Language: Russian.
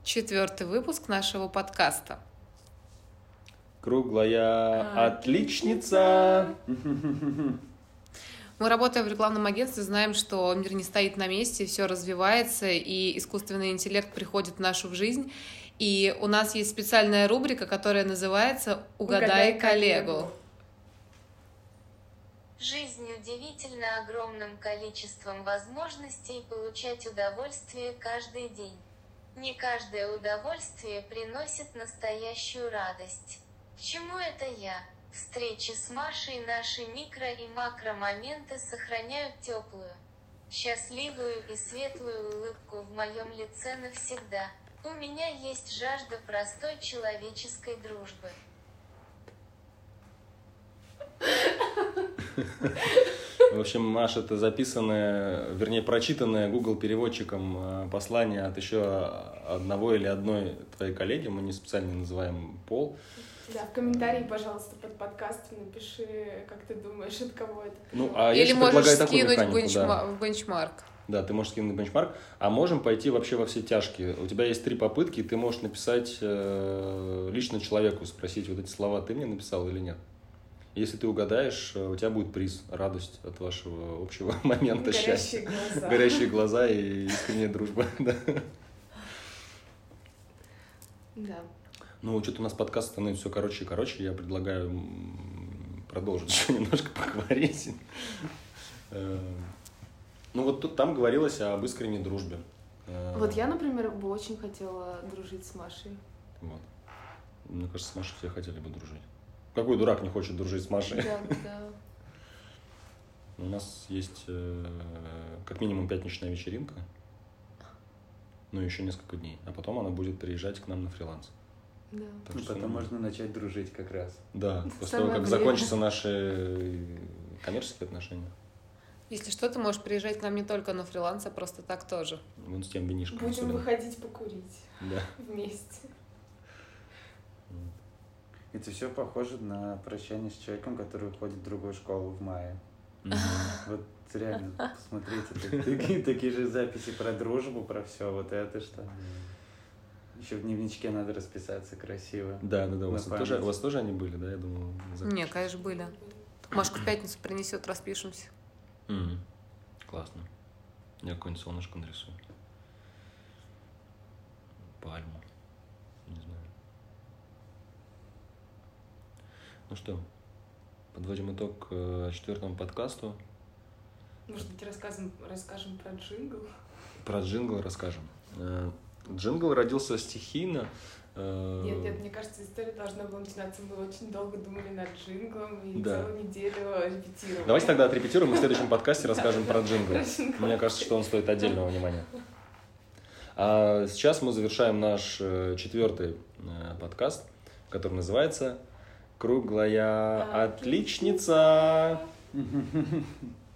4-й выпуск нашего подкаста. Круглая отличница! Мы, работая в рекламном агентстве, знаем, что мир не стоит на месте, все развивается, и искусственный интеллект приходит в нашу жизнь. И у нас есть специальная рубрика, которая называется «Угадай коллегу». Жизнь удивительно огромным количеством возможностей получать удовольствие каждый день. Не каждое удовольствие приносит настоящую радость. К чему это я? Встречи с Машей наши микро- и макромоменты сохраняют теплую, счастливую и светлую улыбку в моем лице навсегда. У меня есть жажда простой человеческой дружбы. В общем, Маша, это записанное, вернее, прочитанное Google переводчиком послание от еще одного или одной твоей коллеги, мы не специально называем пол. Да, в комментарии, пожалуйста, под подкастом напиши, как ты думаешь, от кого это. Или можешь скинуть в бенчмарк. Да, ты можешь скинуть бенчмарк, а можем пойти вообще во все тяжкие. У тебя есть 3 попытки, ты можешь написать лично человеку, спросить, вот эти слова ты мне написал или нет. Если ты угадаешь, у тебя будет приз, радость от вашего общего момента счастья. Горящие глаза и искренняя дружба. Да. Ну, что-то у нас подкаст становится все короче и короче. Я предлагаю продолжить еще немножко поговорить. Ну, вот тут там говорилось об искренней дружбе. Вот я, например, бы очень хотела дружить с Машей. Вот. Мне кажется, с Машей все хотели бы дружить. Какой дурак не хочет дружить с Машей? Да. У нас есть как минимум пятничная вечеринка. Ну, еще несколько дней. А потом она будет приезжать к нам на фриланс. Да. Так что потом можно начать дружить как раз. Да, после того, как закончатся наши коммерческие отношения. Если что, ты можешь приезжать к нам не только на фриланс, а просто так тоже. Вон с тем винишком. Будем особенно. выходить покурить. Да. Вместе. Это все похоже на прощание с человеком, который уходит в другую школу в мае. Вот реально, посмотрите, такие же записи про дружбу, про все, вот это что. Еще в дневничке надо расписаться красиво. Да. У вас тоже они были, да, я думаю? Нет, конечно, были. Машка в пятницу принесет, распишемся. Классно. Я какое-нибудь солнышко нарисую. Пальму. Не знаю. Ну что, подводим итог 4-му подкасту. Может быть, расскажем про джингл? Про джингл расскажем. Джингл родился стихийно. Нет, мне кажется, история должна была начинаться. Мы очень долго думали над джинглом и целую неделю репетировали. Давайте тогда отрепетируем, и в следующем подкасте расскажем про джингл. Мне кажется, что он стоит отдельного внимания. А сейчас мы завершаем наш 4-й подкаст, который называется «Круглая отличница».